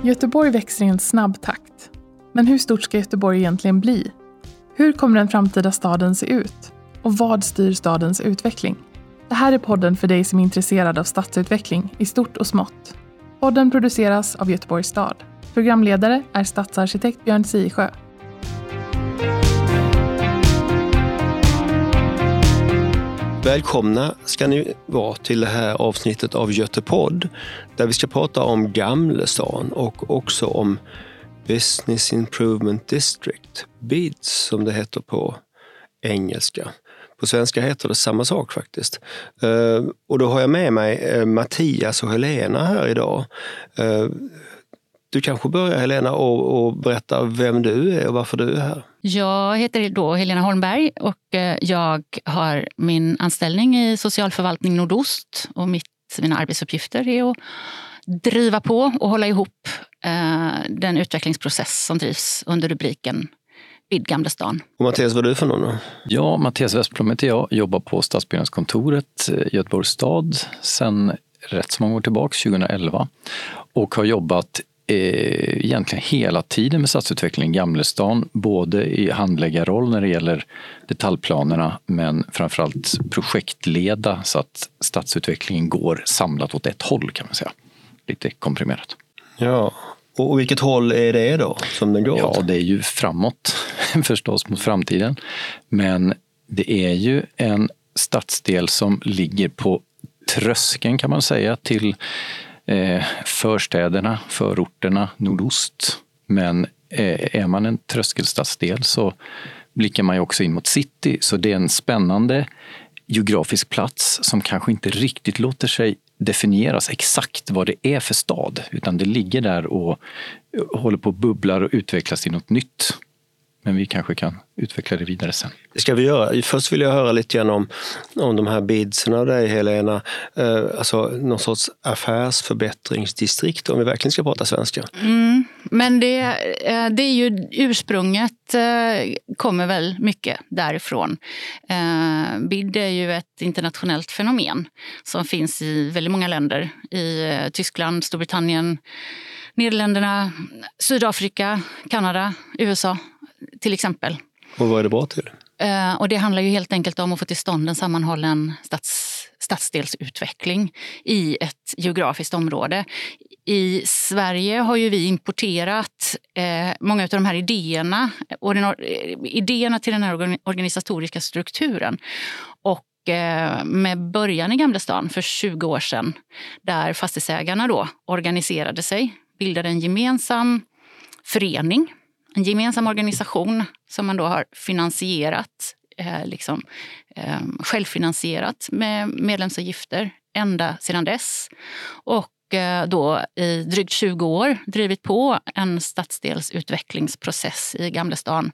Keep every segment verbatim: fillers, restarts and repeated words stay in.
Göteborg växer i en snabb takt. Men hur stort ska Göteborg egentligen bli? Hur kommer den framtida staden se ut? Och vad styr stadens utveckling? Det här är podden för dig som är intresserad av stadsutveckling i stort och smått. Podden produceras av Göteborgs stad. Programledare är stadsarkitekt Björn Sisjö. Välkomna ska ni vara till det här avsnittet av Götepodd där vi ska prata om Gamlestan och också om Business Improvement District, B I D S som det heter på engelska. På svenska heter det samma sak faktiskt. Och då har jag med mig Mattias och Helena här idag. Du kanske börjar, Helena, och, och berätta vem du är och varför du är här. Jag heter då Helena Holmberg och jag har min anställning i socialförvaltning Nordost och mitt, mina arbetsuppgifter är att driva på och hålla ihop eh, den utvecklingsprocess som drivs under rubriken B I D Gamlestan. Och Mattias, vad är du för någon då? Ja, Mattias Westblom heter jag, jobbar på Stadsbyggnadskontoret i Göteborgs stad sedan rätt så många år tillbaka, tjugoelva, och har jobbat Eh, egentligen hela tiden med stadsutveckling i Gamlestan, både i handläggarroll när det gäller detaljplanerna men framförallt projektleda så att stadsutvecklingen går samlat åt ett håll, kan man säga. Lite komprimerat. Ja, och vilket håll är det då som den går? Ja, det är ju framåt förstås, mot framtiden. Men det är ju en stadsdel som ligger på tröskeln, kan man säga, till Eh, förstäderna, förorterna, nordost. Men eh, är man en tröskelstadsdel så blickar man ju också in mot city. Så det är en spännande geografisk plats som kanske inte riktigt låter sig definieras exakt vad det är för stad. Utan det ligger där och håller på att bubblar och utvecklas till något nytt. Men vi kanske kan utveckla det vidare sen. Det ska vi göra. Först vill jag höra lite grann om, om de här B I D S-erna av dig, Helena. Eh, alltså någon sorts affärsförbättringsdistrikt, om vi verkligen ska prata svenska. Mm, men det, det är ju ursprunget kommer väl mycket därifrån. Eh, B I D är ju ett internationellt fenomen som finns i väldigt många länder. I Tyskland, Storbritannien, Nederländerna, Sydafrika, Kanada, U S A till exempel. Och vad är det bra till? Uh, och det handlar ju helt enkelt om att få till stånd en sammanhållen stads, stadsdelsutveckling i ett geografiskt område. I Sverige har ju vi importerat uh, många av de här idéerna och den, idéerna till den här organisatoriska strukturen. Och uh, med början i Gamlestan för tjugo år sedan, där fastighetsägarna då organiserade sig, bildade en gemensam förening, en gemensam organisation som man då har finansierat, eh, liksom, eh, självfinansierat med medlemsavgifter ända sedan dess. Och eh, då i drygt tjugo år drivit på en stadsdelsutvecklingsprocess i Gamlestan.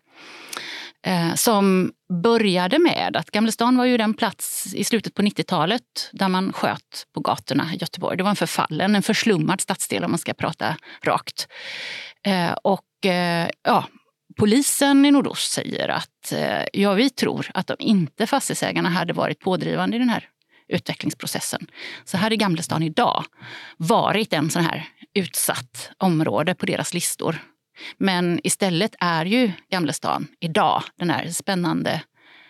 Eh, som började med att Gamlestan var ju den plats i slutet på nittiotalet där man sköt på gatorna i Göteborg. Det var en förfallen, en förslummad stadsdel om man ska prata rakt. Eh, och eh, ja, polisen i Nordost säger att eh, ja, vi tror att om inte fastighetsägarna hade varit pådrivande i den här utvecklingsprocessen så hade Gamlestan idag varit en sån här utsatt område på deras listor. Men istället är ju Gamlestan idag den här spännande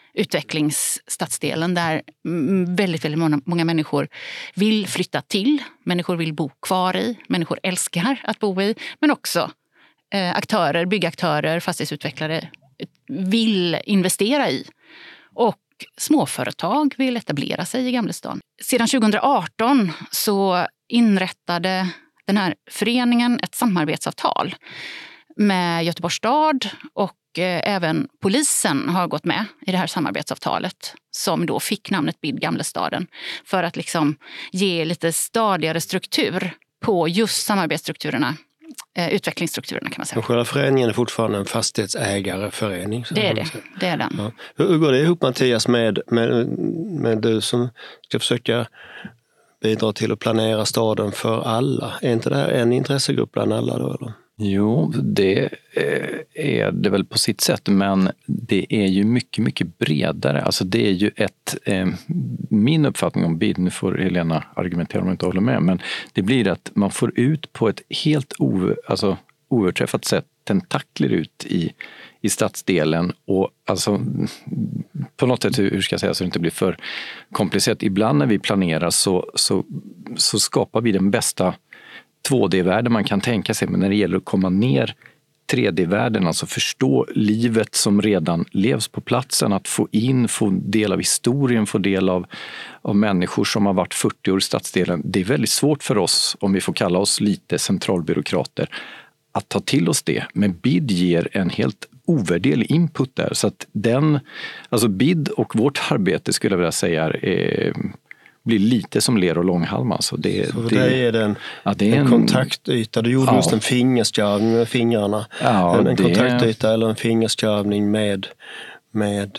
utvecklingsstadsdelen där väldigt, väldigt många, många människor vill flytta till. Människor vill bo kvar i. Människor älskar att bo i. Men också eh, aktörer, byggaktörer, fastighetsutvecklare vill investera i. Och småföretag vill etablera sig i Gamlestan. Sedan tjugoarton så inrättade den här föreningen ett samarbetsavtal med Göteborgs stad och eh, även polisen har gått med i det här samarbetsavtalet som då fick namnet B I D Gamlestaden för att liksom ge lite stadigare struktur på just samarbetsstrukturerna, eh, utvecklingsstrukturerna kan man säga. Och själva föreningen är fortfarande en fastighetsägareförening? Det är det, det är den. Ja. Hur går det ihop, Mattias, med, med, med du som ska försöka bidra till att planera staden för alla? Är inte det här en intressegrupp bland alla då, eller? Jo, det är det väl på sitt sätt, men det är ju mycket, mycket bredare. Alltså det är ju ett, eh, min uppfattning om B I D, nu får Helena argumentera om jag inte håller med, men det blir att man får ut på ett helt o, alltså, oöverträffat sätt tentakler ut i, i stadsdelen och alltså på något sätt, hur ska jag säga så det inte blir för komplicerat. Ibland när vi planerar så, så, så skapar vi den bästa två D-världen man kan tänka sig, men när det gäller att komma ner tre D-världen, alltså förstå livet som redan levs på platsen, att få in, få del av historien, få del av, av människor som har varit fyrtio år i stadsdelen. Det är väldigt svårt för oss, om vi får kalla oss lite centralbyråkrater, att ta till oss det. Men B I D ger en helt ovärderlig input där. Så att den, alltså B I D och vårt arbete skulle jag vilja säga är, blir lite som ler och långhalm. Alltså det, så det, det är den, ja, det är en, en kontaktyta. Du gjorde ja. just en fingerskarvning med fingrarna. Ja, en en det, kontaktyta eller en fingerskarvning med, med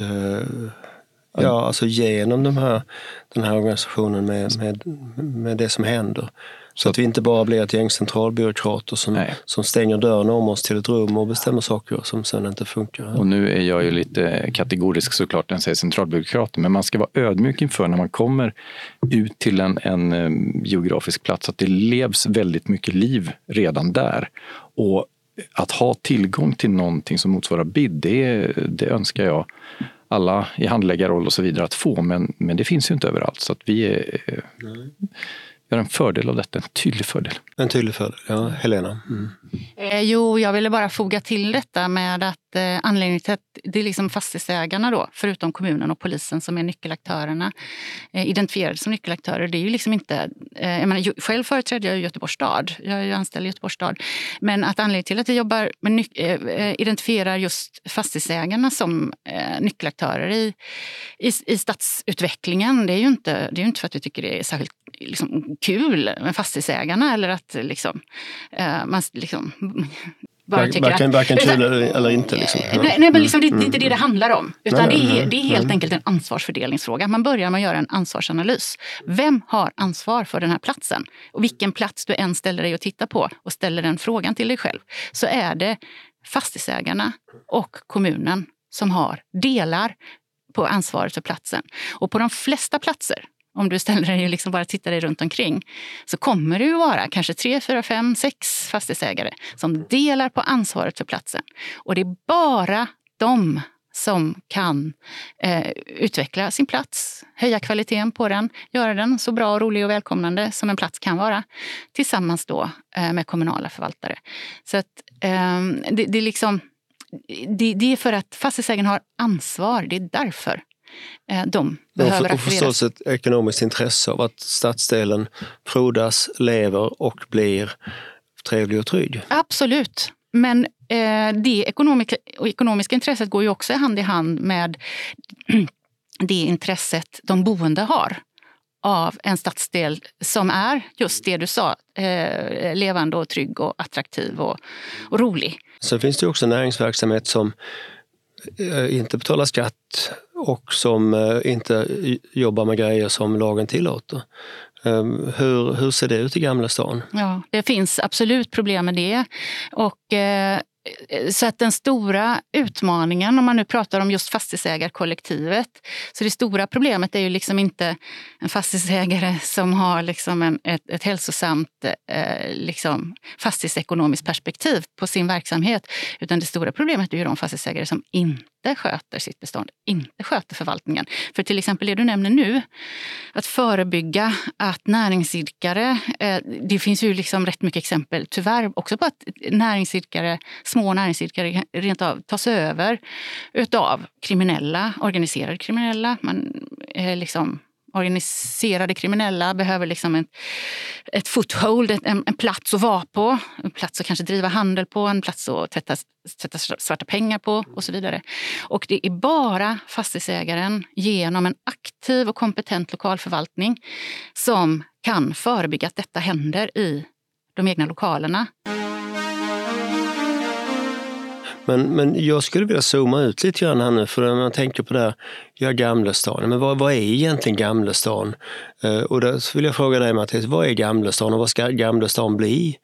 ja, alltså genom de här, den här organisationen med, med, med det som händer. Så att vi inte bara blir ett gäng centralbyråkrater som, som stänger dörren om oss till ett rum och bestämmer saker som sen inte funkar. Och nu är jag ju lite kategorisk såklart när jag säger centralbyråkrater, men man ska vara ödmjuk inför när man kommer ut till en, en um, geografisk plats att det levs väldigt mycket liv redan där. Och att ha tillgång till någonting som motsvarar B I D, det, det önskar jag alla i handläggarroll och så vidare att få, men, men det finns ju inte överallt. Så att vi är... Mm. Vi har en fördel av detta, en tydlig fördel. En tydlig fördel, ja. Helena. Mm. Eh, jo, jag ville bara foga till detta med att eh, anledningen till att det är liksom fastighetsägarna då, förutom kommunen och polisen som är nyckelaktörerna, eh, identifierade som nyckelaktörer. Det är ju liksom inte, eh, jag menar, själv företräder jag Göteborgs stad, jag är ju anställd i Göteborgs stad, men att anledningen till att vi jobbar med ny, eh, identifierar just fastighetsägarna som eh, nyckelaktörer i, i, i stadsutvecklingen, det är ju inte, det är ju inte för att vi tycker det är särskilt liksom kul med fastighetsägarna eller att liksom, eh, man liksom bara tycker varken, att... Varken kul eller, eller inte. Liksom. Nej, nej, men liksom, det, det är inte det det handlar om. Utan nej, det, är, nej, det är helt nej. enkelt en ansvarsfördelningsfråga. Man börjar med att göra en ansvarsanalys. Vem har ansvar för den här platsen? Och vilken plats du än ställer dig och tittar på och ställer den frågan till dig själv, så är det fastighetsägarna och kommunen som har delar på ansvaret för platsen. Och på de flesta platser, om du ställer dig och liksom bara tittar dig runt omkring, så kommer det ju vara kanske tre, fyra, fem, sex fastighetsägare som delar på ansvaret för platsen. Och det är bara de som kan eh, utveckla sin plats, höja kvaliteten på den, göra den så bra, rolig och välkomnande som en plats kan vara, tillsammans då eh, med kommunala förvaltare. Så att eh, det, det är liksom, det, det är för att fastighetsägaren har ansvar, det är därför. De behöver och, och förstås ett ekonomiskt intresse av att stadsdelen frodas, lever och blir trevlig och trygg. Absolut, men eh, det ekonomiska, och ekonomiska intresset går ju också hand i hand med det intresset de boende har av en stadsdel som är just det du sa, eh, levande och trygg och attraktiv och, och rolig. Sen finns det också näringsverksamhet som eh, inte betalar skatt och som eh, inte jobbar med grejer som lagen tillåter. Eh, hur, hur ser det ut i Gamla stan? Ja, det finns absolut problem med det. Och eh, så att den stora utmaningen, om man nu pratar om just fastighetsägarkollektivet, så det stora problemet är ju liksom inte en fastighetsägare som har liksom en, ett, ett hälsosamt eh, liksom fastighetsekonomiskt perspektiv på sin verksamhet, utan det stora problemet är ju de fastighetsägare som inte sköter sitt bestånd, inte sköter förvaltningen. För till exempel det du nämner nu, att förebygga att näringsidkare, eh, det finns ju liksom rätt mycket exempel tyvärr också på att näringsidkare, små näringsidkare rent av tas över utav kriminella, organiserade kriminella, man eh, liksom organiserade kriminella behöver liksom ett, ett foothold, en, en plats att vara på, en plats att kanske driva handel på, en plats att tvätta, tvätta svarta pengar på och så vidare. Och det är bara fastighetsägaren genom en aktiv och kompetent lokalförvaltning som kan förebygga att detta händer i de egna lokalerna. Men, men jag skulle vilja zooma ut lite grann här nu, för när man tänker på det här, ja, Gamla stan. Men vad, vad är egentligen Gamla stan? Uh, och då vill jag fråga dig, Mattias, vad är Gamla stan och vad ska Gamla stan bli?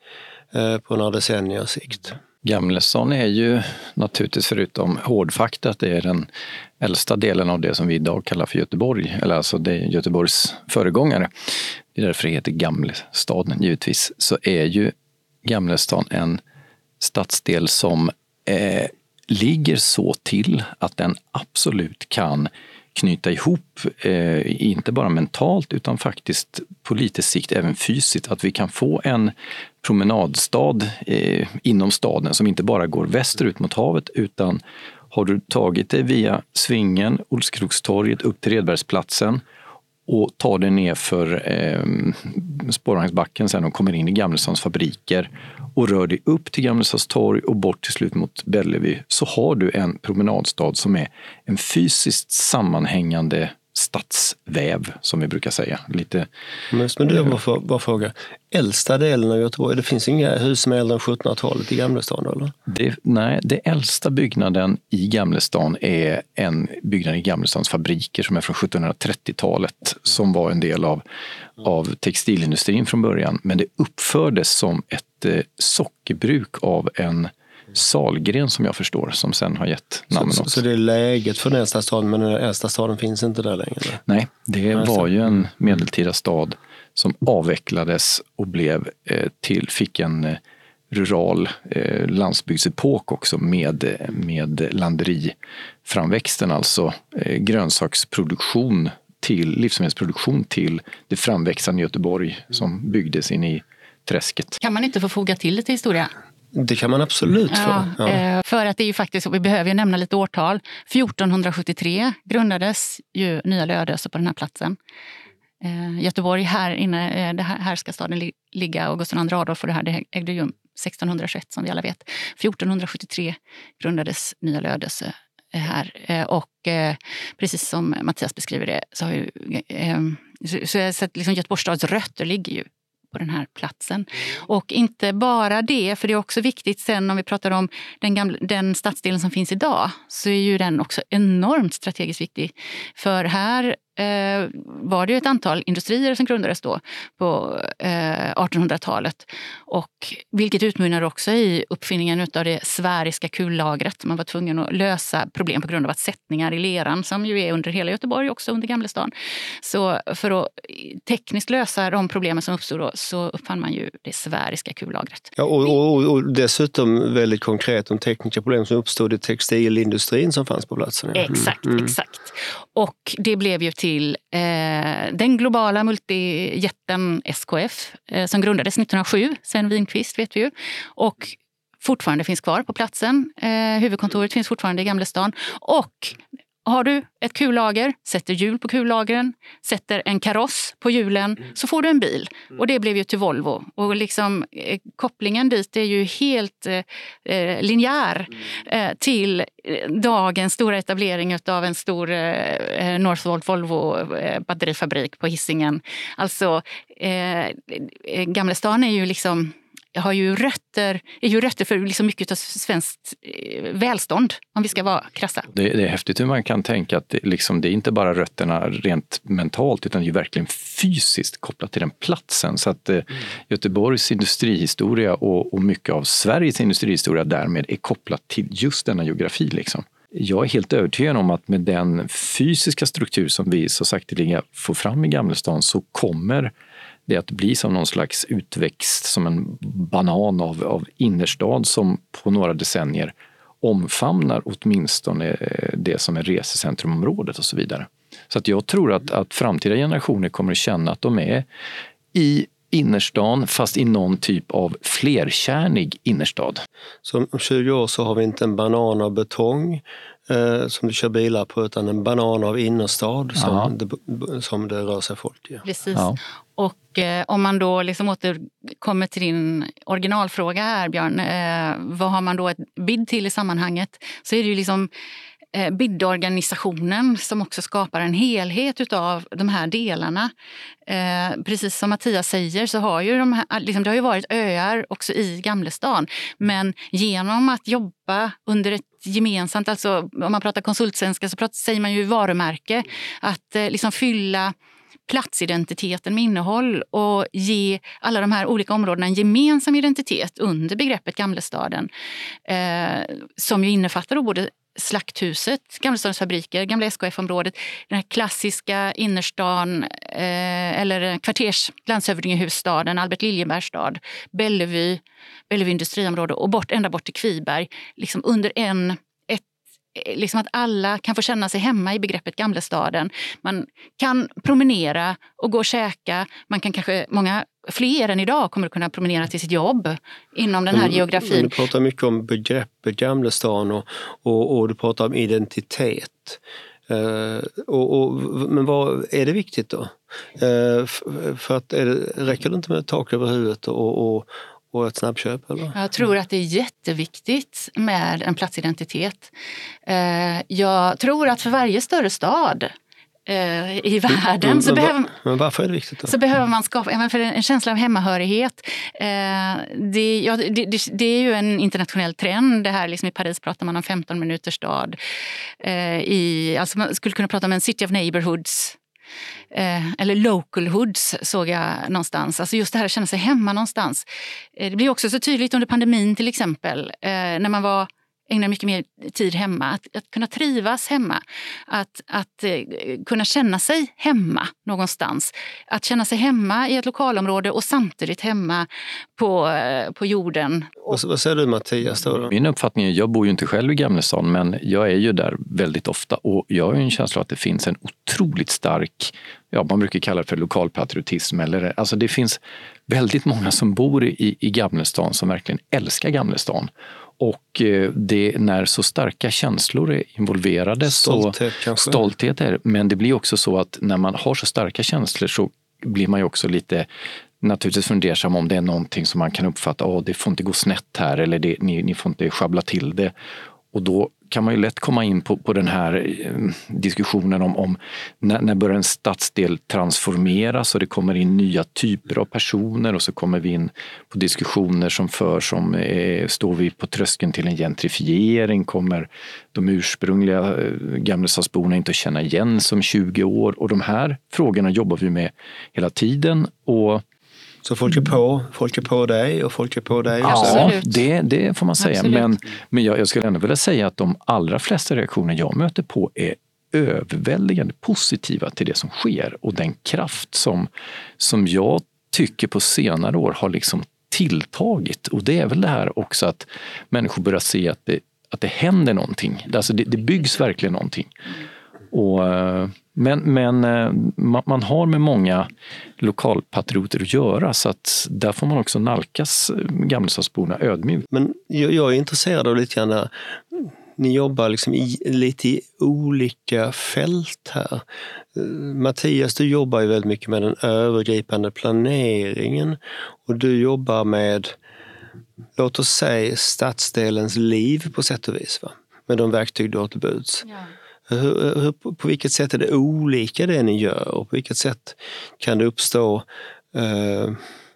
eh, på några decennier sikt. Gamlestan är ju naturligtvis, förutom hårdfakta, att det är den äldsta delen av det som vi idag kallar för Göteborg, eller alltså det är Göteborgs föregångare. Det är därför det heter Gamlestaden givetvis. Så är ju Gamlestan en stadsdel som eh, ligger så till att den absolut kan knyta ihop, eh, inte bara mentalt utan faktiskt på lite sikt även fysiskt, att vi kan få en promenadstad eh, inom staden som inte bara går västerut mot havet, utan har du tagit dig via Svingen, Olskrokstorget upp till Redbergsplatsen och tar dig ner för eh, Spårvagnsbacken sen och kommer in i Gamlestans fabriker och rör dig upp till Gamlestans torg och bort till slut mot Bellevue, så har du en promenadstad som är en fysiskt sammanhängande stadsväv, som vi brukar säga. Lite... Men, men du, bara, bara fråga. Äldsta delen av Göteborg, det finns inga hus som är äldre än sjuttonhundratalet i Gamlestan, eller? Det, nej, det äldsta byggnaden i Gamlestan är en byggnad i Gamlestans fabriker som är från sjuttonhundratrettiotalet, som var en del av, av textilindustrin från början. Men det uppfördes som ett eh, sockerbruk av en Salgren, som jag förstår, som sen har gett namnet. Så, så, så det är läget för den äldsta staden, men den äldsta staden finns inte där längre? Nej, det var ju en medeltida stad som avvecklades och blev eh, till, fick en eh, rural eh, landsbygdsepok också med, med landeriframväxten, alltså eh, grönsaksproduktion till livsmedelsproduktion till det framväxande Göteborg som byggdes in i träsket. Kan man inte få foga till lite historia? Det kan man absolut få. Ja, ja. eh, för att det är ju faktiskt, vi behöver ju nämna lite årtal. fjortonhundrasjuttiotre grundades ju Nya Lödöse på den här platsen. Eh, Göteborg, här inne, eh, det här, här ska staden li- ligga, och Gustav II Adolf, och det här det ägde ju sextonhundratjugoett som vi alla vet. fjortonhundrasjuttiotre grundades Nya Lödöse här, eh, och eh, precis som Mattias beskriver det så har ju eh, så, så, så att liksom Göteborgs stads rötter ligger ju på den här platsen. Och inte bara det, för det är också viktigt sen om vi pratar om den, gamla, den stadsdelen som finns idag, så är ju den också enormt strategiskt viktig. För här eh, var det ju ett antal industrier som grundades då på eh, artonhundratalet, och vilket utmynnade också i uppfinningen av det sfäriska kullagret. Man var tvungen att lösa problem på grund av att sättningar i leran, som ju är under hela Göteborg, också under Gamlestan. Så för att tekniskt lösa de problemen som uppstod då, så uppfann man ju det sfäriska kullagret. Ja, och, och, och dessutom väldigt konkret de tekniska problem som uppstod i textilindustrin som fanns på platsen. Ja. Mm. Exakt, mm. exakt. Och det blev ju till eh, den globala multijätten S K F eh, som grundades nittonhundrasju, sen Winqvist vet vi ju, och fortfarande finns kvar på platsen. Eh, huvudkontoret finns fortfarande i Gamlestan, och har du ett kullager, sätter hjul på kullagren, sätter en kaross på hjulen, så får du en bil. Och det blev ju till Volvo. Och liksom, eh, kopplingen dit är ju helt eh, linjär eh, till dagens stora etablering av en stor eh, Northvolt Volvo eh, batterifabrik på Hisingen. Alltså, eh, Gamlestan är ju liksom... har ju rötter, är ju rötter för liksom mycket av svenskt välstånd, om vi ska vara krassa. Det, det är häftigt hur man kan tänka att det, liksom, det är inte bara rötterna rent mentalt, utan det är verkligen fysiskt kopplat till den platsen. Så att eh, Göteborgs industrihistoria och, och mycket av Sveriges industrihistoria därmed är kopplat till just denna geografi. Liksom. Jag är helt övertygad om att med den fysiska struktur som vi så sakteliga får fram i Gamlestan, så kommer det att bli som någon slags utväxt, som en banan av, av innerstad som på några decennier omfamnar åtminstone det som är resecentrumområdet och så vidare. Så att jag tror att, att framtida generationer kommer att känna att de är i innerstan, fast i någon typ av flerkärnig innerstad. Så om tjugo år så har vi inte en banan av betong eh, som du kör bilar på, utan en banan av innerstad som det, som det rör sig folk i. Ja. Precis. Ja. Och eh, om man då liksom återkommer till din originalfråga här, Björn, eh, vad har man då ett bid till i sammanhanget? Så är det ju liksom eh, bidorganisationen som också skapar en helhet utav de här delarna. Eh, precis som Mattias säger, så har ju de här, liksom, det har ju varit öar också i Gamlestan, men genom att jobba under ett gemensamt, alltså om man pratar konsultsvenska så pratar, säger man ju varumärke, att eh, liksom fylla platsidentiteten med innehåll och ge alla de här olika områdena en gemensam identitet under begreppet Gamlestaden. Eh, som ju innefattar då både Slakthuset, Gamlestadens fabriker, gamla S K F-området, den här klassiska innerstan eh, eller kvarters landshövdingehusstaden, Albert Liljebergs stad, Bellevue, Bellevue industriområde och bort, ända bort till Kviberg, liksom under en liksom att alla kan få känna sig hemma i begreppet Gamlestaden. Man kan promenera och gå och käka. Man kan kanske, många fler än idag kommer att kunna promenera till sitt jobb inom den här men, geografin. Men du pratar mycket om begreppet Gamlestan och, och, och du pratar om identitet. Uh, och, och, men vad är det viktigt då? Uh, för, för att är det, räcker det inte med ett tak över huvudet och, och Och ett snabbköp, eller? Jag tror att det är jätteviktigt med en platsidentitet. Jag tror att för varje större stad i världen men, så, men, behöver, men varför är det viktigt då? så behöver man skapa för en känsla av hemmahörighet. Det, ja, det, det, det är ju en internationell trend. Det här, liksom i Paris pratar man om femton minuters stad. I, alltså man skulle kunna prata om en city of neighborhoods. Eh, eller local hoods såg jag någonstans. Alltså just det här att känna sig hemma någonstans. Eh, det blir också så tydligt under pandemin till exempel. Eh, när man var, ägnade mycket mer tid hemma. Att, att kunna trivas hemma. Att, att eh, kunna känna sig hemma någonstans. Att känna sig hemma i ett lokalområde och samtidigt hemma på, eh, på jorden. Och, vad säger du Mattias då? Min uppfattning är, jag bor ju inte själv i Gamlestan, men jag är ju där väldigt ofta och jag har ju en känsla att det finns en otroligt stark, ja man brukar kalla det för lokalpatriotism, eller alltså det finns väldigt många som bor i, i Gamlestan som verkligen älskar Gamlestan. Och det, när så starka känslor är involverade, stolthet, så kanske. Stolthet är, men det blir också så att när man har så starka känslor så blir man ju också lite naturligtvis fundersam om det är någonting som man kan uppfatta, åh det får inte gå snett här eller det, ni, ni får inte sjabbla till det. Och då kan man ju lätt komma in på, på den här eh, diskussionen om, om när, när börjar en stadsdel transformeras och det kommer in nya typer av personer och så kommer vi in på diskussioner som för som eh, står vi på tröskeln till en gentrifiering, kommer de ursprungliga eh, Gamlestadsborna inte att känna igen som tjugo år, och de här frågorna jobbar vi med hela tiden. Och så folk är på, folk är på dig och folk är på dig. Ja, det, det får man säga. Absolut. Men, men jag, jag skulle ändå vilja säga att de allra flesta reaktioner jag möter på är överväldigande positiva till det som sker. Och den kraft som, som jag tycker på senare år har liksom tilltagit. Och det är väl det här också att människor börjar se att det, att det händer någonting. Alltså det, det byggs verkligen någonting. Och, men men man har med många lokalpatrioter att göra, så att där får man också nalkas Gamlestadsborna ödmjukt. Men jag, jag är intresserad av lite grann där. Ni jobbar liksom i, lite i olika fält här. Mattias, du jobbar ju väldigt mycket med den övergripande planeringen och du jobbar med, låt oss säga, stadsdelens liv på sätt och vis, va? Med de verktyg du har till buds. Ja. Hur, hur, på vilket sätt är det olika det ni gör och på vilket sätt kan det uppstå eh,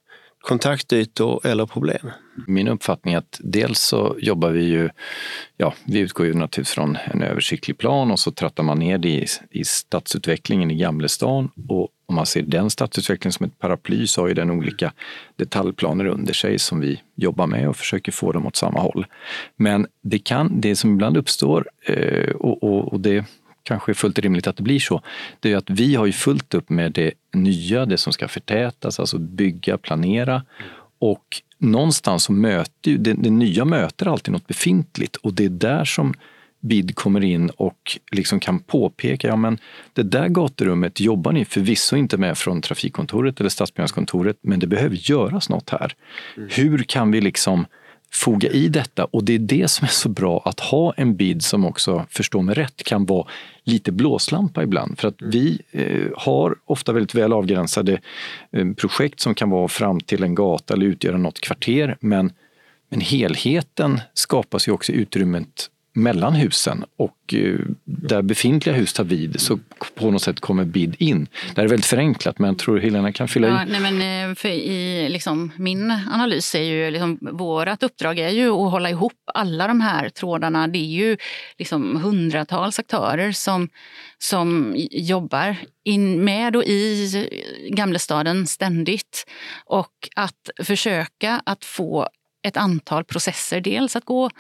kontaktytor eller problem? Min uppfattning är att dels så jobbar vi ju, ja vi utgår ju naturligtvis från en översiktlig plan och så trattar man ner det i, i stadsutvecklingen i Gamlestan, och om man ser den stadsutvecklingen som ett paraply så har ju den olika detaljplaner under sig som vi jobbar med och försöker få dem åt samma håll. Men det kan, det som ibland uppstår eh, och, och, och det kanske är fullt rimligt att det blir så, det är att vi har ju fullt upp med det nya, det som ska förtätas, alltså bygga, planera, och någonstans så möter ju, det, det nya möter alltid något befintligt, och det är där som B I D kommer in och liksom kan påpeka, ja men det där gaturummet jobbar ni förvisso inte med från trafikkontoret eller stadsbyggnadskontoret, men det behöver göras något här. Mm. Hur kan vi liksom foga i detta? Och det är det som är så bra, att ha en B I D som också, förstår mig rätt, kan vara lite blåslampa ibland. För att vi eh, har ofta väldigt väl avgränsade eh, projekt som kan vara fram till en gata eller utgöra något kvarter, men, men helheten skapas ju också i utrymmet mellan husen och där befintliga hus tar vid så på något sätt kommer bid in. Det är väldigt förenklat, men jag tror Helena kan fylla ja, i. Nej, men för i liksom, min analys är ju liksom, vårat uppdrag är ju att hålla ihop alla de här trådarna. Det är ju liksom hundratals aktörer som, som jobbar in med och i Gamlestaden ständigt, och att försöka att få ett antal processer dels att gå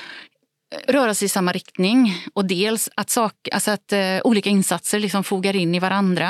röra sig i samma riktning, och dels att, sak, alltså att uh, olika insatser liksom fogar in i varandra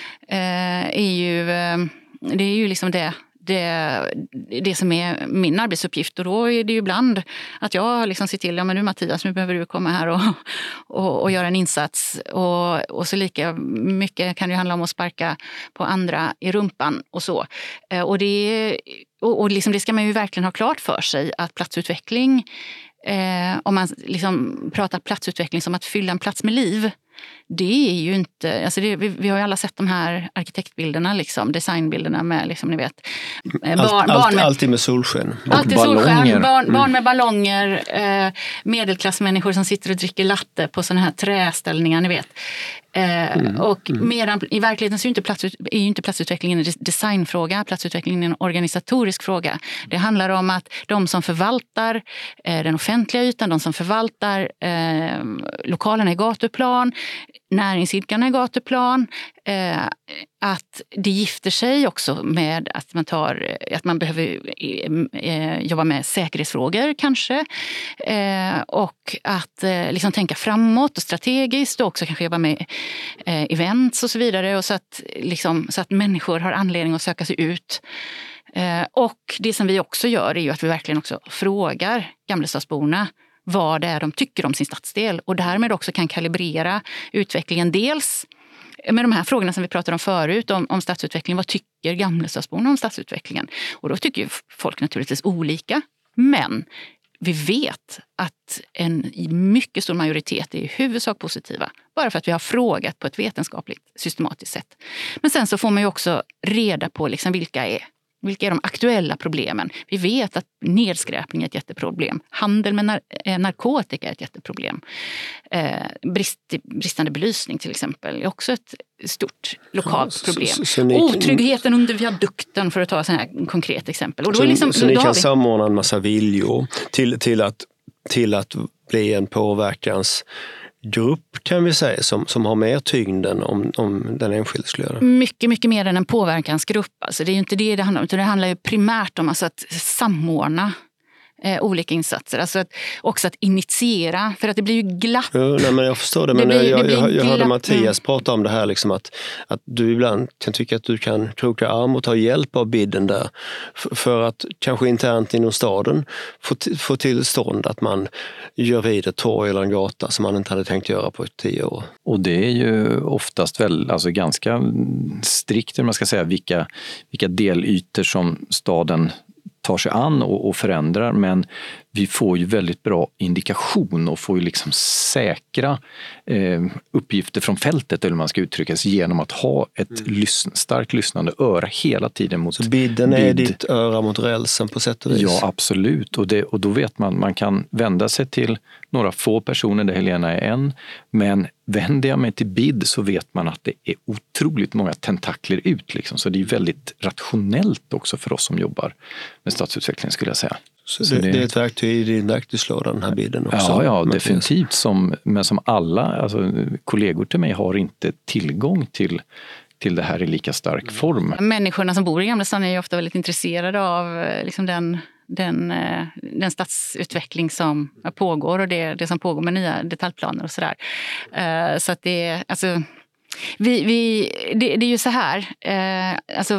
uh, är ju, uh, det är ju liksom det, det, det som är min arbetsuppgift. Och då är det ju ibland att jag liksom ser till, ja men nu Mattias, nu behöver du komma här och, och, och göra en insats. Och, och så lika mycket kan det handla om att sparka på andra i rumpan och så. Uh, och det, och, och liksom det ska man ju verkligen ha klart för sig, att platsutveckling, Eh, om man liksom pratar platsutveckling som att fylla en plats med liv, det är ju inte, alltså det, vi, vi har ju alla sett de här arkitektbilderna, liksom, designbilderna med, liksom, ni vet, eh, barn, allt, barn med, alltid med solsken. Alltid ballonger. solsken, barn, Mm. barn med ballonger, eh, medelklassmänniskor som sitter och dricker latte på sådana här träställningar, ni vet. Eh, Mm. Och Mm. medan, i verkligheten så är ju inte, platsut, är ju inte platsutvecklingen en designfråga, platsutvecklingen är en organisatorisk fråga. Det handlar om att de som förvaltar eh, den offentliga ytan, de som förvaltar eh, lokalerna i gatuplan, näringsidkarna i gatuplan, eh, att det gifter sig också med att man, tar, att man behöver eh, jobba med säkerhetsfrågor kanske, eh, och att eh, liksom tänka framåt och strategiskt, och också kanske jobba med eh, events och så vidare, och så att, liksom, så att människor har anledning att söka sig ut. Eh, och det som vi också gör är ju att vi verkligen också frågar Gamlestadsborna vad det är de tycker om sin stadsdel, och därmed också kan kalibrera utvecklingen, dels med de här frågorna som vi pratade om förut om, om stadsutveckling. Vad tycker Gamlestadsborna om stadsutvecklingen? Och då tycker ju folk naturligtvis olika, men vi vet att en mycket stor majoritet är i huvudsak positiva, bara för att vi har frågat på ett vetenskapligt systematiskt sätt. Men sen så får man ju också reda på liksom vilka är Vilka är de aktuella problemen? Vi vet att nedskräpning är ett jätteproblem. Handel med nar- narkotika är ett jätteproblem. Eh, brist, bristande belysning till exempel är också ett stort lokalt Ja, problem. så, så ni, Otryggheten under viadukten, för att ta ett sådant här konkret exempel. Och då så, är liksom, så då ni har kan vi... samordna en massa viljor till, till, att, till att bli en påverkans grupp, kan vi säga, som, som har mer tyngden om, om den enskilde skulle göra. Mycket, mycket mer än en påverkansgrupp. Alltså det är ju inte det det handlar om, utan det handlar ju primärt om alltså att samordna eh, olika insatser. Alltså att, också att initiera, för att det blir ju glapp. Jo, nej, men jag förstår det, men det blir, jag, det blir jag, jag hörde glapp. Mattias mm. prata om det här, liksom att, att du ibland kan tycka att du kan kroka arm och ta hjälp av bidden där, för, för att kanske internt inom staden få, t- få till stånd att man gör vid ett torg eller en gata som man inte hade tänkt göra på tio år. Och det är ju oftast väl, alltså ganska strikt, man ska säga, vilka, vilka delytor som staden tar sig an och, och förändrar, men vi får ju väldigt bra indikation och får ju liksom säkra eh, uppgifter från fältet, eller man ska uttrycka sig, genom att ha ett mm. lys- starkt lyssnande öra hela tiden mot Så bidden bid. är ditt öra mot rälsen på sätt och vis? Ja, absolut. Och, det, och då vet man, man kan vända sig till några få personer, där Helena är en, men vänder jag mig till bid så vet man att det är otroligt många tentakler ut. Liksom. Så det är väldigt rationellt också för oss som jobbar med stadsutveckling, skulle jag säga. Så, så det, det, det är ett verktyg i din verktygslåda, den här bidden också? Ja, ja Mattias. definitivt. Som, men som alla alltså, kollegor till mig har inte tillgång till, till det här i lika stark form. Människorna som bor i Gamlestan är ju ofta väldigt intresserade av liksom den, den, den stadsutveckling som pågår, och det, det som pågår med nya detaljplaner och sådär. Så att det är, alltså, vi, vi, det, det är ju så här, alltså,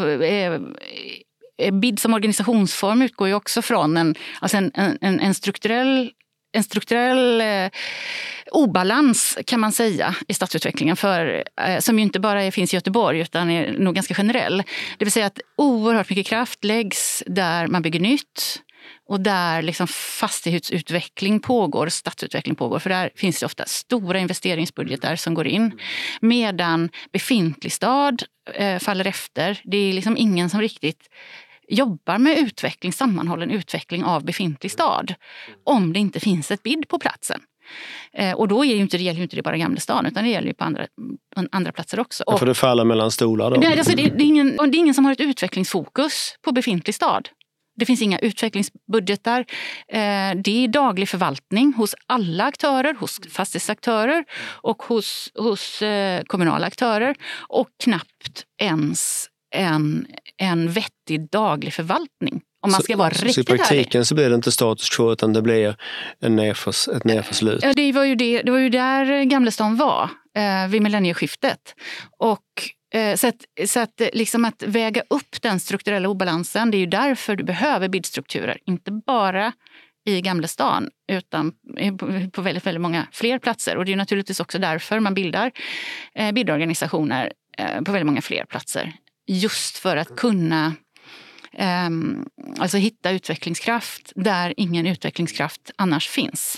B I D som organisationsform utgår ju också från en, alltså en, en, en strukturell, en strukturell eh, obalans, kan man säga, i stadsutvecklingen, för, eh, som ju inte bara är, finns i Göteborg utan är nog ganska generell. Det vill säga att oerhört mycket kraft läggs där man bygger nytt, och där liksom fastighetsutveckling pågår, stadsutveckling pågår, för där finns det ofta stora investeringsbudgetar som går in, medan befintlig stad eh, faller efter. Det är liksom ingen som riktigt jobbar med utveckling, sammanhållen utveckling av befintlig stad, om det inte finns ett bid på platsen. Eh, och då är ju inte, det gäller ju inte det bara Gamla stan, utan det gäller ju på andra, andra platser också. Ja, för det faller mellan stolar då? Nej, alltså det, det, är ingen, det är ingen som har ett utvecklingsfokus på befintlig stad. Det finns inga utvecklingsbudgetar. Eh, det är daglig förvaltning hos alla aktörer, hos fastighetsaktörer och hos, hos eh, kommunala aktörer. Och knappt ens en, en vettig daglig förvaltning. Om man ska så, vara så riktigt i praktiken ärlig. Så blir det inte status quo, utan det blir en nerförs, ett nerförslut. Ja, det var ju, det, det var ju där Gamla stan var eh, vid millennieskiftet. Och eh, så, att, så att, liksom att väga upp den strukturella obalansen, det är ju därför du behöver bidstrukturer. Inte bara i Gamla stan, utan på, på väldigt, väldigt många fler platser. Och det är ju naturligtvis också därför man bildar eh, bidorganisationer eh, på väldigt många fler platser. Just för att kunna Um, alltså hitta utvecklingskraft där ingen utvecklingskraft annars finns.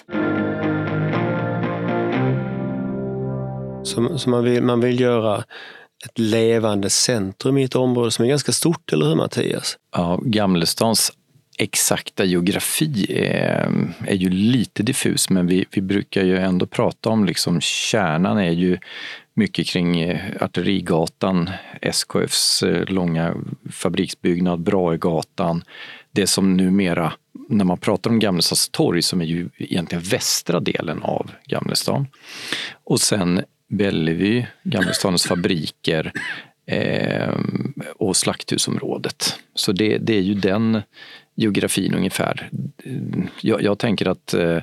Så, så man, vill, man vill göra ett levande centrum i ett område som är ganska stort, eller hur Mattias? Ja, Gamlestans exakta geografi är, är ju lite diffus, men vi, vi brukar ju ändå prata om liksom kärnan är ju mycket kring Artillerigatan, S K F:s långa fabriksbyggnad, Brahegatan. Det som numera, när man pratar om Gamlestans torg, som är ju egentligen västra delen av Gamlestan. Och sen Bellevue, Gamlestans fabriker eh, och Slakthusområdet. Så det, det är ju den geografin ungefär. Jag, jag tänker att eh,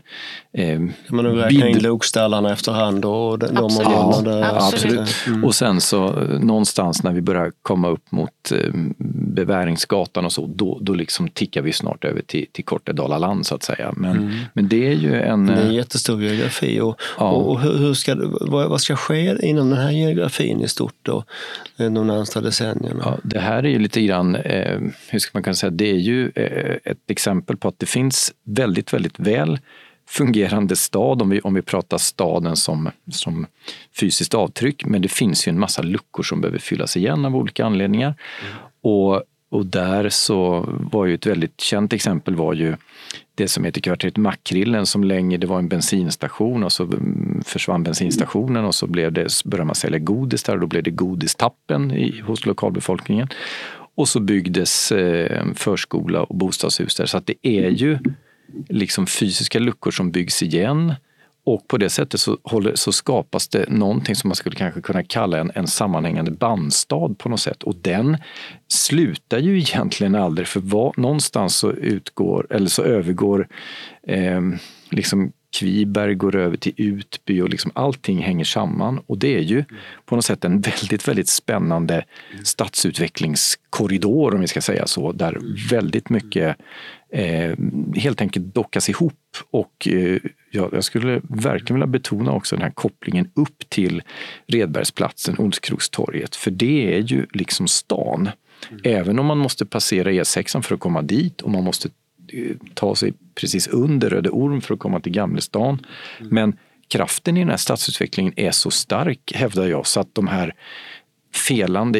man nog räkna in lokstallarna efterhand och de absolut. Ja, det, absolut. absolut. Mm. Och sen så någonstans när vi börjar komma upp mot eh, Beväringsgatan och så, då, då liksom tickar vi snart över till, till Kortedala land så att säga. Men, mm. men det är ju en... Det är en jättestor geografi och, ja. och, och hur ska, vad, vad ska ske inom den här geografin i stort då, de närmsta decennierna? Ja, det här är ju lite grann, eh, hur ska man kunna säga, det är ju eh, ett exempel på att det finns väldigt, väldigt väl fungerande stad, om vi, om vi pratar staden som, som fysiskt avtryck, men det finns ju en massa luckor som behöver fyllas igen av olika anledningar. Mm. Och, och där så var ju ett väldigt känt exempel var ju det som heter kvarteret Makrillen, som länge det var en bensinstation och så försvann bensinstationen och så blev det, började man sälja godis där och då blev det godistappen i, hos lokalbefolkningen. Och så byggdes eh, förskola och bostadshus där, så att det är ju liksom fysiska luckor som byggs igen, och på det sättet så, håller, så skapas det någonting som man skulle kanske kunna kalla en, en sammanhängande bandstad på något sätt, och den slutar ju egentligen aldrig, för vad, någonstans så utgår eller så övergår eh, liksom Kviberg går över till Utby och liksom allting hänger samman, och det är ju på något sätt en väldigt, väldigt spännande stadsutvecklingskorridor, om vi ska säga så, där väldigt mycket eh, helt enkelt dockas ihop, och eh, jag skulle verkligen vilja betona också den här kopplingen upp till Redbergsplatsen, Olskrokstorget, för det är ju liksom stan. Mm. Även om man måste passera E sex för att komma dit och man måste ta sig precis under Röde Orm för att komma till Gamlestan. Mm. Men kraften i den här stadsutvecklingen är så stark, hävdar jag, så att de här felande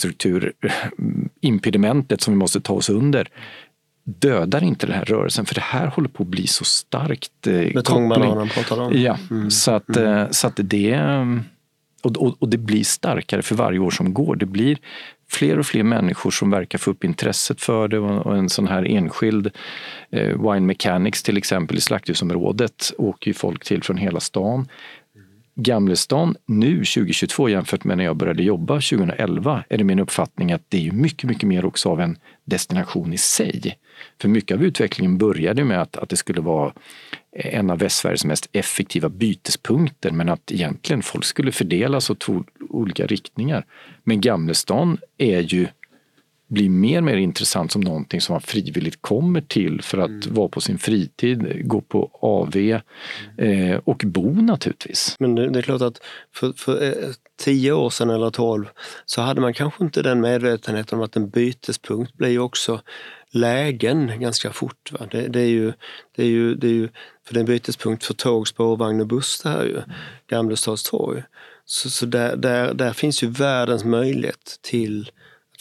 infrastrukturimpedimentet som vi måste ta oss under dödar inte den här rörelsen, för det här håller på att bli så starkt eh, Betongbananen pratar om. Ja, mm. så att, eh, så att det och, och, och det blir starkare för varje år som går. Det blir fler och fler människor som verkar få upp intresset för det, och en sån här enskild eh, Wine Mechanics till exempel i Slakthusområdet åker ju folk till från hela stan. Gamlestan nu tjugohundratjugotvå jämfört med när jag började jobba tjugohundraelva är det min uppfattning att det är mycket, mycket mer också av en destination i sig. För mycket av utvecklingen började med att, att det skulle vara en av Västsveriges mest effektiva bytespunkter, men att egentligen folk skulle fördelas åt två olika riktningar. Men Gamlestan är ju blir mer och mer intressant som någonting som man frivilligt kommer till för att mm. vara på sin fritid, gå på A V eh, och bo naturligtvis. Men det, det är klart att för, för eh, tio år sedan eller tolv så hade man kanske inte den medvetenheten om att en bytespunkt blir ju också lägen ganska fort. Va? Det, det, är ju, det, är ju, det är ju för det är en bytespunkt för tåg, spårvagn och buss det här ju, Gamlestads torg. Så, så där, där, där finns ju världens möjlighet till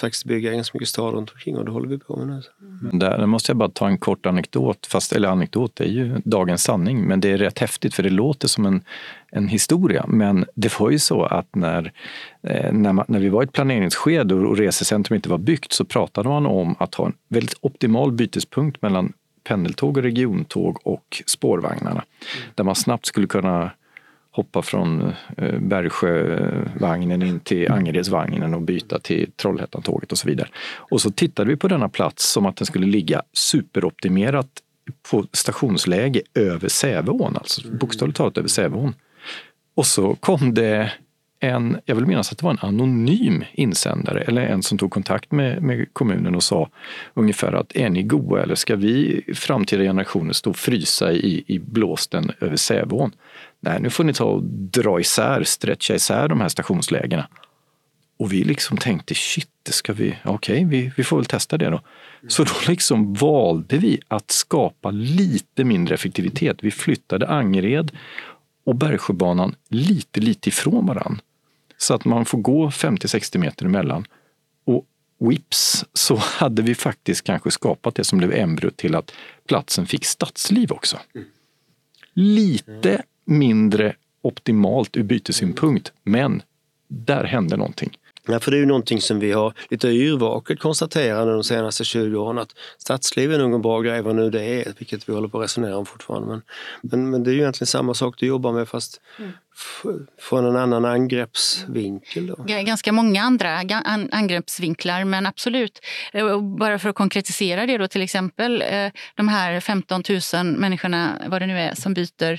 faktiskt bygga ganska mycket stad runt omkring och det håller vi på med nu. Mm. Där måste jag bara ta en kort anekdot, fast, eller anekdot är ju dagens sanning, men det är rätt häftigt för det låter som en, en historia. Men det var ju så att när, eh, när, man, när vi var i ett planeringsskede och resecentrum inte var byggt så pratade man om att ha en väldigt optimal bytespunkt mellan pendeltåg och regiontåg och spårvagnarna. Mm. Där man snabbt skulle kunna hoppa från eh, Bergsjövagnen in till Angeredsvagnen och byta till Trollhättan-tåget och så vidare. Och så tittade vi på denna plats som att den skulle ligga superoptimerat på stationsläge över Säveån, alltså mm. bokstavligt talat över Säveån. Och så kom det en, jag vill minnas att det var en anonym insändare eller en som tog kontakt med, med kommunen och sa ungefär att är ni goa eller ska vi framtida generationer stå och frysa i, i blåsten över Säveån? Nej, nu får ni ta och dra isär, stretcha isär de här stationslägena. Och vi liksom tänkte, shit, ska vi, okej, okay, vi, vi får väl testa det då. Mm. Så då liksom valde vi att skapa lite mindre effektivitet. Vi flyttade Angered och Bergsjöbanan lite, lite ifrån varann. Så att man får gå femtio till sextio meter emellan. Och whips så hade vi faktiskt kanske skapat det som blev embryot till att platsen fick stadsliv också. Mm. Lite mindre optimalt ur bytesynpunkt, men där hände någonting. Ja, för det är ju någonting som vi har lite yrvaket konstaterat de senaste tjugo åren att stadsliv är någon bra grej vad nu det är, vilket vi håller på att resonera om fortfarande. Men, men, men det är ju egentligen samma sak du jobbar med fast mm. f- från en annan angreppsvinkel. Då. Ganska många andra angreppsvinklar, men absolut. Bara för att konkretisera det då, till exempel de här femton tusen människorna, vad det nu är, som byter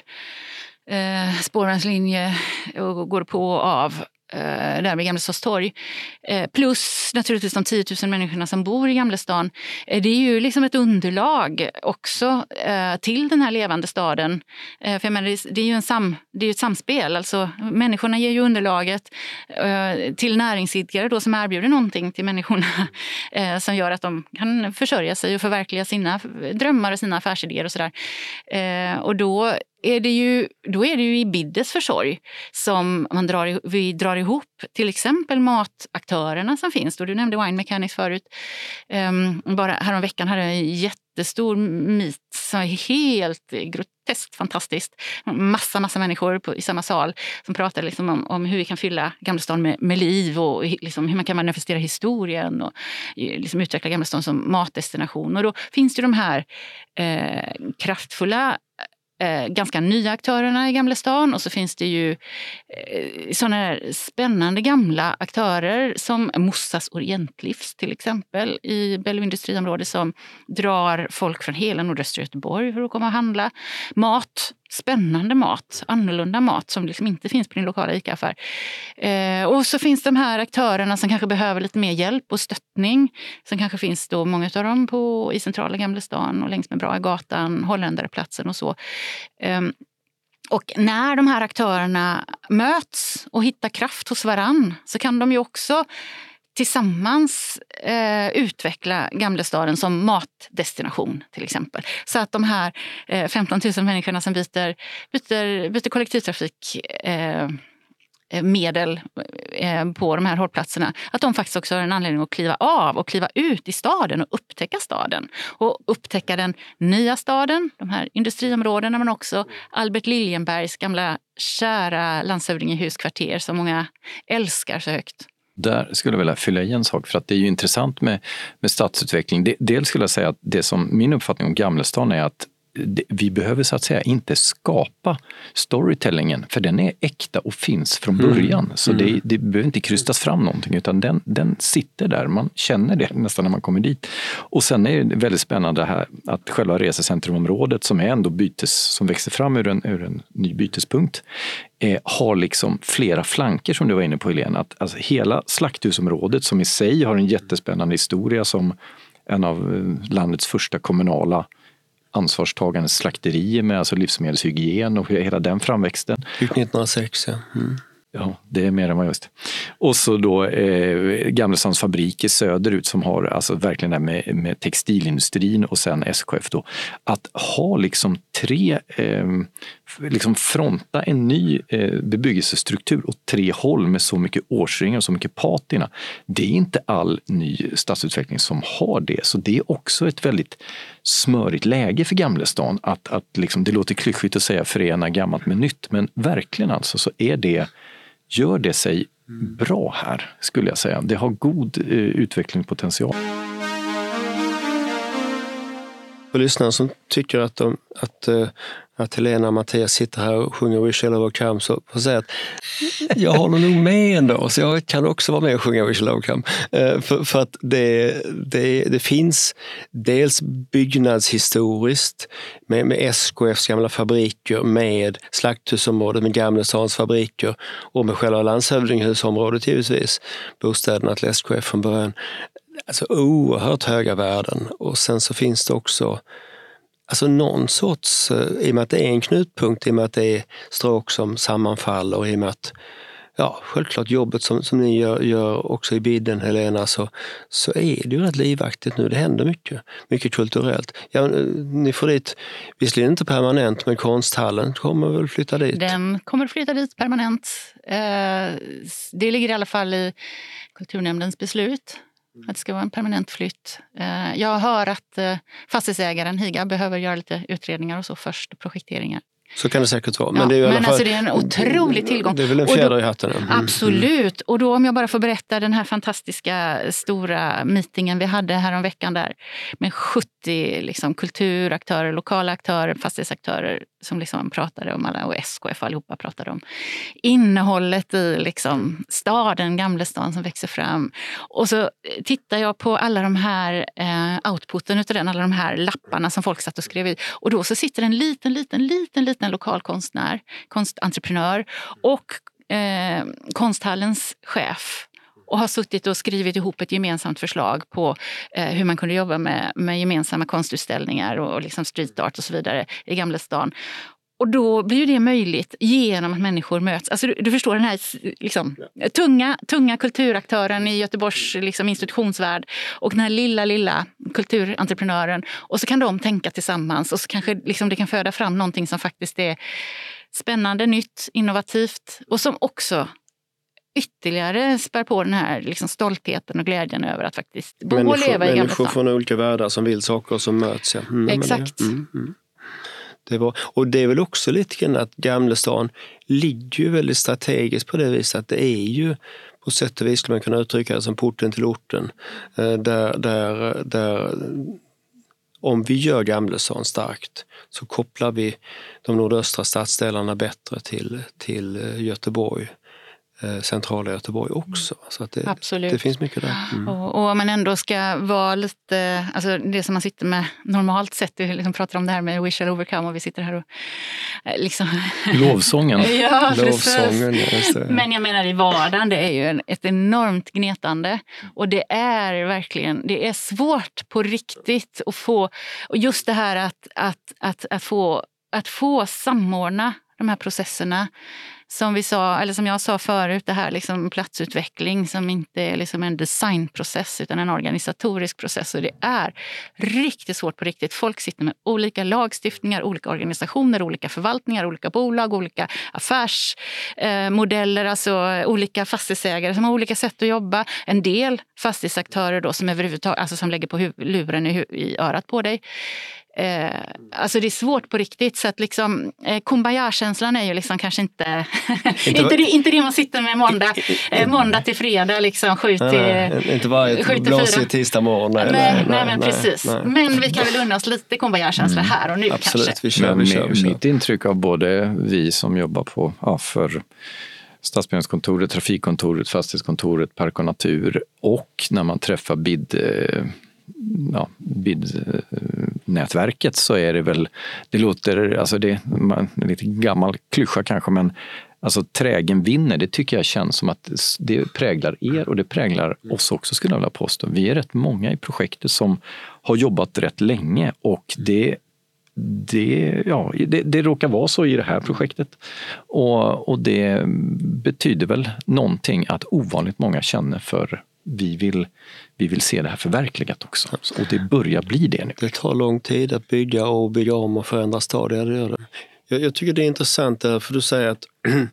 eh, spårvagnslinje och går på och av där vid Gamlestads torg. Plus naturligtvis de tio tusen människorna som bor i Gamlestan. Det är ju liksom ett underlag också till den här levande staden. För jag menar, det är ju en sam, det är ett samspel. Alltså, människorna ger ju underlaget till näringsidkare då, som erbjuder någonting till människorna som gör att de kan försörja sig och förverkliga sina drömmar och sina affärsidéer och sådär. Och då är det ju, då är det ju i Biddes försorg som man drar, vi drar ihop till exempel mataktörerna som finns. Då du nämnde Wine Mechanics förut. Um, bara häromveckan hade jag en jättestor meet som är helt groteskt fantastiskt. Massa, massa människor på, i samma sal som pratade liksom om, om hur vi kan fylla Gamlestan med, med liv och liksom hur man kan manifestera historien och liksom utveckla Gamlestan som matdestination. Och då finns det de här eh, kraftfulla Eh, ganska nya aktörerna i Gamlestan, och så finns det ju eh, sådana här spännande gamla aktörer som Mossas Orientlivs till exempel i Bellevue industriområde, som drar folk från hela nordöstra Göteborg för att komma och handla mat. Spännande mat, annorlunda mat som liksom inte finns på din lokala ICA-affär. Eh, och så finns de här aktörerna som kanske behöver lite mer hjälp och stöttning. Som kanske finns då många av dem på, i centrala Gamlestan och längs med Bragatan, Holländarplatsen och så. Eh, och när de här aktörerna möts och hittar kraft hos varann så kan de ju också tillsammans eh, utveckla Gamlestaden som matdestination till exempel. Så att de här eh, femton tusen människorna som byter, byter, byter kollektivtrafik eh, medel eh, på de här hållplatserna, att de faktiskt också har en anledning att kliva av och kliva ut i staden och upptäcka staden. Och upptäcka den nya staden, de här industriområdena, men också Albert Liljenbergs gamla kära landshövdingehuskvarter som många älskar så högt. Där skulle jag vilja fylla i en sak, för att det är ju intressant med, med stadsutveckling. Det, dels skulle jag säga att det som min uppfattning om Gamlestan är att det, vi behöver så att säga inte skapa storytellingen, för den är äkta och finns från början. Mm. Så mm. Det, det behöver inte krystas fram någonting, utan den, den sitter där. Man känner det nästan när man kommer dit. Och sen är det väldigt spännande här att själva resecentrumområdet, som är ändå bytes, som växer fram ur en, ur en ny bytespunkt, eh, har liksom flera flanker som du var inne på, Helena. Att, alltså, hela slakthusområdet som i sig har en jättespännande historia som en av landets första kommunala ansvarstagande slakterier med alltså livsmedelshygien och hela den framväxten. nittonhundrasex, ja. Mm. Ja, det är mer än vad just. Och så då eh, Gamlestans fabriker söderut som har alltså verkligen det med, med textilindustrin och sen S K F då. Att ha liksom tre, eh, liksom fronta en ny eh, bebyggelsestruktur åt tre håll med så mycket årsringar och så mycket patina. Det är inte all ny stadsutveckling som har det. Så det är också ett väldigt smörigt läge för Gamlestan. Att, att liksom, det låter klyschigt att säga förena gammalt med nytt, men verkligen alltså så är det gör det sig bra här, skulle jag säga. Det har god eh, utvecklingspotential. För lyssnare som tycker att, de, att, att Helena och Mattias sitter här och sjunger We Shall Overcome, så får jag säga att jag håller nog med ändå, så jag kan också vara med och sjunga We Shall Overcome. För, för att det, det, det finns dels byggnadshistoriskt med, med S K F:s gamla fabriker, med slakthusområdet, med Gamlestans fabriker och med själva landshövdinghusområdet givetvis, bostäderna till S K F från början. Alltså oerhört höga värden, och sen så finns det också alltså någon sorts, i och med att det är en knutpunkt, i och med att det är stråk som sammanfaller, i och med att ja, självklart jobbet som, som ni gör, gör också i Bidden, Helena, så, så är det ju rätt livaktigt nu. Det händer mycket, mycket kulturellt. Ja, ni får dit, visserligen inte permanent, men konsthallen kommer väl flytta dit? Den kommer flytta dit permanent. Det ligger i alla fall i kulturnämndens beslut att det ska vara en permanent flytt. Jag hör att fastighetsägaren Higa behöver göra lite utredningar och så först, projekteringar. Så kan det säkert vara. Men, ja, det är, ju men i alla fall, alltså det är en otrolig tillgång. Det är väl en fjäder i hatten. Mm. Absolut. Och då om jag bara får berätta den här fantastiska stora meetingen vi hade här om veckan där med sjuttio liksom, kulturaktörer, lokala aktörer, fastighetsaktörer som liksom pratade om alla, och S K F allihopa pratade om innehållet i liksom, staden, Gamlestan som växer fram. Och så tittar jag på alla de här eh, outputen utav den, alla de här lapparna som folk satt och skrev i. Och då så sitter en liten, liten, liten, liten lokal konstnär, konstentreprenör och eh, konsthallens chef och har suttit och skrivit ihop ett gemensamt förslag på eh, hur man kunde jobba med, med gemensamma konstutställningar och, och liksom street art och så vidare i Gamlestan. Och då blir ju det möjligt genom att människor möts. Alltså du, du förstår den här liksom, tunga, tunga kulturaktören i Göteborgs liksom, institutionsvärld och den här lilla, lilla kulturentreprenören. Och så kan de tänka tillsammans och så kanske liksom, det kan föda fram någonting som faktiskt är spännande, nytt, innovativt och som också ytterligare spär på den här liksom, stoltheten och glädjen över att faktiskt bo människor, och leva i Gamlestan. Människor från olika världar som vill saker som möts. Ja. Mm, Exakt. Det, mm, mm. Det var, och det är väl också lite grann att Gamlestan ligger ju väldigt strategiskt på det viset att det är ju på sätt och vis skulle man kunna uttrycka det som porten till orten. Där, där, där om vi gör Gamlestan starkt så kopplar vi de nordöstra stadsdelarna bättre till, till Göteborg. Centrala Göteborg också. Så att det, Absolut. Det finns mycket där. Mm. Och, och om man ändå ska vara lite, alltså det som man sitter med normalt sett, vi liksom pratar om det här med We Shall Overcome och vi sitter här och liksom... Lovsången. Ja, Lovsången, precis. Men jag menar i vardagen, det är ju en, ett enormt gnetande och det är verkligen, det är svårt på riktigt att få, och just det här att, att, att, att, få, att få samordna de här processerna. Som vi sa, eller som jag sa förut, det här liksom platsutveckling som inte är liksom en designprocess utan en organisatorisk process. Och det är riktigt svårt på riktigt. Folk sitter med olika lagstiftningar, olika organisationer, olika förvaltningar, olika bolag, olika affärsmodeller, alltså olika fastighetsägare som har olika sätt att jobba. En del fastighetsaktörer då som överhuvudtaget, alltså som lägger på hu- luren i, hu- i örat på dig. Eh, alltså det är svårt på riktigt så att liksom eh, kumbaya-känslan är ju liksom kanske inte inte, inte, det, inte det man sitter med måndag, eh, måndag till fredag liksom sju till nej, inte varje blåsig tisdag morgon. Nej, nej, nej, nej men nej, precis. Nej. Men vi kan väl unna oss lite kumbaya-känsla mm. här och nu. Absolut, kanske. Vi kör, vi kör, vi kör. Mitt intryck av både vi som jobbar på ja, för Stadsbyggnadskontoret, Trafikkontoret, Fastighetskontoret, Park och Natur och när man träffar bid eh, ja, bid-nätverket så är det väl, det låter, alltså det är lite gammal klyscha kanske, men alltså trägen vinner, det tycker jag känns som att det präglar er och det präglar oss också skulle jag vilja påstå. Vi är rätt många i projektet som har jobbat rätt länge och det det, ja, det, det råkar vara så i det här projektet. Och, och det betyder väl någonting att ovanligt många känner för vi vill, vi vill se det här förverkligat också. Och det börjar bli det nu. Det tar lång tid att bygga och bygga om och förändra stadier. Det gör det. Jag, jag tycker det är intressant där, för du säger att,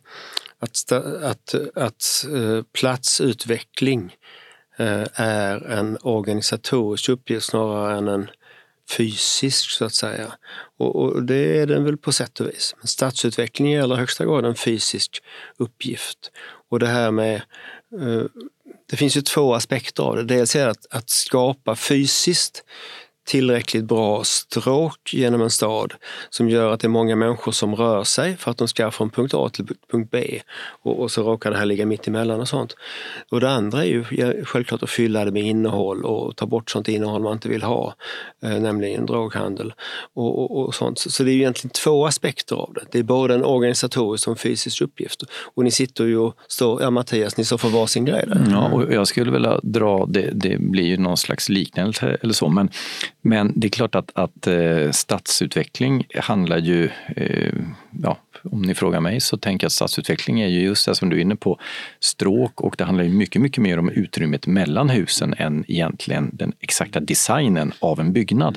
att, att, att uh, platsutveckling uh, är en organisatorisk uppgift snarare än en fysisk, så att säga. Och, och det är den väl på sätt och vis. Men stadsutveckling är i allra högsta grad en fysisk uppgift. Och det här med uh, det finns ju två aspekter av det. Dels är att, att skapa fysiskt tillräckligt bra stråk genom en stad som gör att det är många människor som rör sig för att de ska från punkt A till punkt B, och, och så råkar det här ligga mitt emellan och sånt. Och det andra är ju självklart att fylla det med innehåll och ta bort sånt innehåll man inte vill ha, eh, nämligen droghandel och, och, och sånt. Så, så det är ju egentligen två aspekter av det. Det är både en organisatorisk och en fysisk uppgift. Och ni sitter ju och står, ja Mattias, ni står för varsin grej där. Ja, och jag skulle vilja dra, det, det blir ju någon slags liknelse eller så, men Men det är klart att, att eh, stadsutveckling handlar ju, eh, ja, om ni frågar mig så tänker jag att stadsutveckling är ju just det som du är inne på, stråk, och det handlar ju mycket, mycket mer om utrymmet mellan husen än egentligen den exakta designen av en byggnad.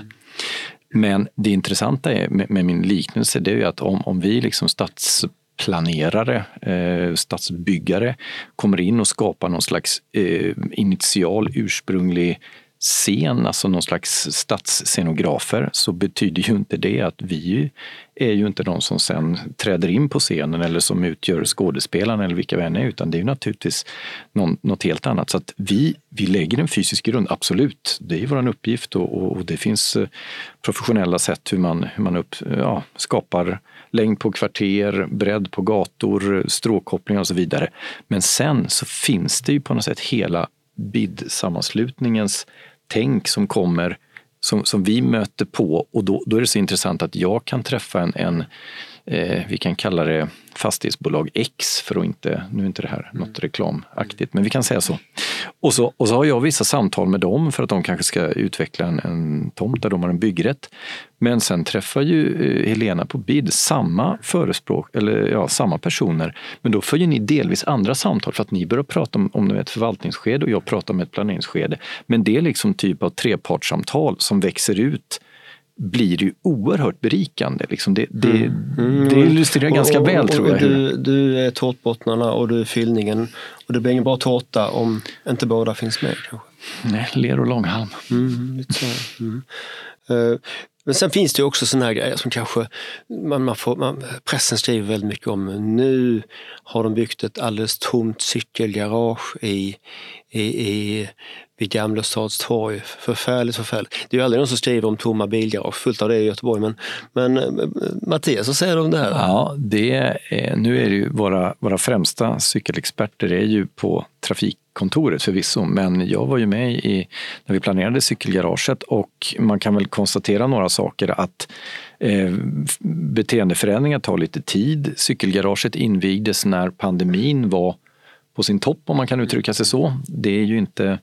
Men det intressanta är med, med min liknelse, det är ju att om, om vi liksom stadsplanerare, eh, stadsbyggare kommer in och skapar någon slags eh, initial, ursprunglig scen, alltså någon slags stadsscenografer, så betyder ju inte det att vi är ju inte de som sen träder in på scenen eller som utgör skådespelarna eller vilka vi än är, utan det är ju naturligtvis någon, något helt annat. Så att vi, vi lägger en fysisk grund, absolut. Det är ju vår uppgift, och, och det finns professionella sätt hur man, hur man upp, ja, skapar längd på kvarter, bredd på gator, stråkkopplingar och så vidare. Men sen så finns det ju på något sätt hela B I D-sammanslutningens tänk som kommer, som, som vi möter på, och då, då är det så intressant att jag kan träffa en, en eh, vi kan kalla det fastighetsbolag X, för att inte, nu är inte det här något reklamaktigt, men vi kan säga så. Och så, och så har jag vissa samtal med dem för att de kanske ska utveckla en, en tomt där de har en byggrätt. Men sen träffar ju eh, Helena på B I D samma förespråk, eller ja, samma personer. Men då får ju ni delvis andra samtal, för att ni börjar prata om, om ett förvaltningsskede och jag pratar om ett planeringsskede. Men det är liksom typ av trepartssamtal som växer ut, blir ju oerhört berikande. Liksom det, det, mm. det illustrerar och, ganska väl, och, och, tror jag. Och du, du är tårtbottnarna och du är fyllningen, och det blir ingen bra tårta om inte båda finns med kanske. Nej, ler och långhalm. Mm, lite så. Mm. Uh, men sen finns det ju också såna här grejer som kanske man, man får, man, pressen skriver väldigt mycket om. Nu har de byggt ett alldeles tomt cykelgarage i, i, i vid Gamla Stads torg. Förfärligt, förfärligt. Det är ju aldrig någon som skriver om tomma bilgarage, fullt av det i Göteborg. Men, men Mattias, vad säger du om det här? Ja, det är, nu är det ju våra, våra främsta cykelexperter är ju på trafikkontoret förvisso. Men jag var ju med i, när vi planerade cykelgaraget, och man kan väl konstatera några saker, att eh, beteendeförändringar tar lite tid. Cykelgaraget invigdes när pandemin var på sin topp, om man kan uttrycka sig så. Det är ju inte,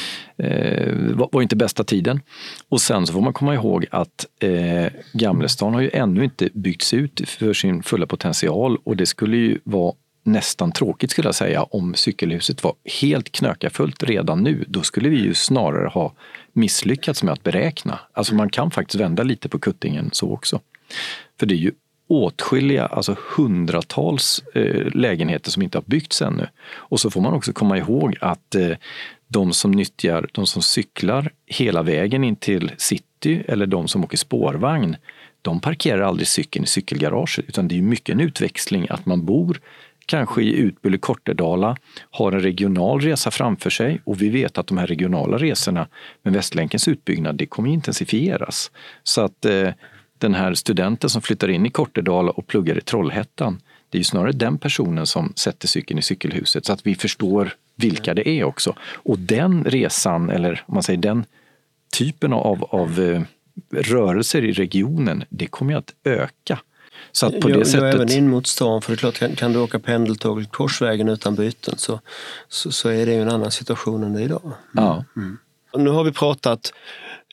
eh, var inte bästa tiden. Och sen så får man komma ihåg att eh, Gamlestan har ju ännu inte byggts ut för sin fulla potential, och det skulle ju vara nästan tråkigt, skulle jag säga, om cykelhuset var helt knökafullt redan nu. Då skulle vi ju snarare ha misslyckats med att beräkna. Alltså man kan faktiskt vända lite på kuttingen så också. För det är ju åtskilliga, alltså hundratals eh, lägenheter som inte har byggts ännu. Och så får man också komma ihåg att eh, de som nyttjar, de som cyklar hela vägen in till city, eller de som åker spårvagn, de parkerar aldrig cykeln i cykelgaraget, utan det är mycket en utväxling att man bor kanske i Utbull, Kortedala, har en regional resa framför sig, och vi vet att de här regionala resorna med Västlänkens utbyggnad, det kommer intensifieras. Så att eh, den här studenten som flyttar in i Kortedala och pluggar i Trollhättan, det är ju snarare den personen som sätter cykeln i cykelhuset, så att vi förstår vilka det är också. Och den resan, eller om man säger den typen av, av eh, rörelser i regionen, det kommer ju att öka. Så att på det jag, sättet... jag även in mot stan, för det är klart, kan, kan du åka pendeltåg Korsvägen utan byten, så, så, så är det ju en annan situation än det är idag. Ja. Mm. Och nu har vi pratat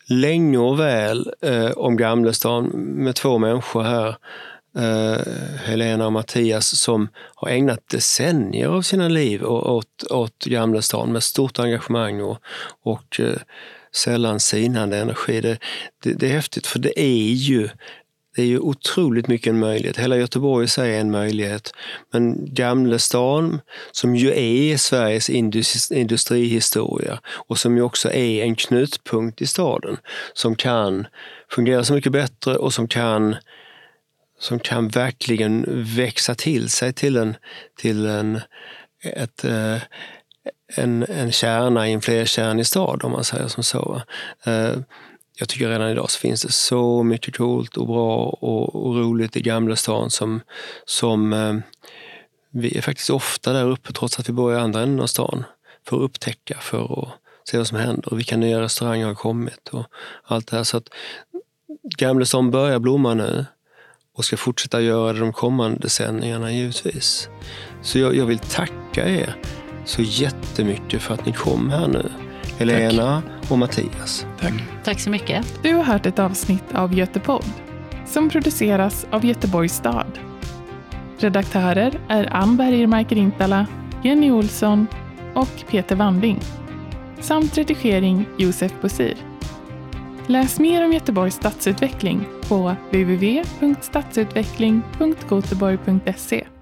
länge och väl eh, om Gamlestan med två människor här, eh, Helena och Mattias, som har ägnat decennier av sina liv åt, åt Gamlestan med stort engagemang och, och eh, sällan sinande energi. Det, det, det är häftigt, för det är ju Det är ju otroligt mycket en möjlighet. Hela Göteborg i sig är en möjlighet. Men Gamlestan, som ju är Sveriges industrihistoria och som ju också är en knutpunkt i staden, som kan fungera så mycket bättre och som kan, som kan verkligen växa till sig till en, till en, ett, en, en kärna i en flerkärnig stad, om man säger som så. Jag tycker redan idag så finns det så mycket coolt och bra och, och roligt i Gamlestan som, som eh, vi är faktiskt ofta där uppe, trots att vi bor i andra änden av stan, för att upptäcka, för att se vad som händer. Och vilka nya restauranger har kommit och allt det här. Så att Gamlestan börjar blomma nu och ska fortsätta göra det de kommande decennierna givetvis. Så jag, jag vill tacka er så jättemycket för att ni kom här nu. Helena Tack. och Mattias. Tack. Tack så mycket. Du har hört ett avsnitt av Götepodd som produceras av Göteborgs stad. Redaktörer är Ann Bergermark Rintala, Jenny Olsson och Peter Wanding. Samt redigering Josef Bosir. Läs mer om Göteborgs stadsutveckling på w w w punkt stadsutveckling punkt goteborg punkt se.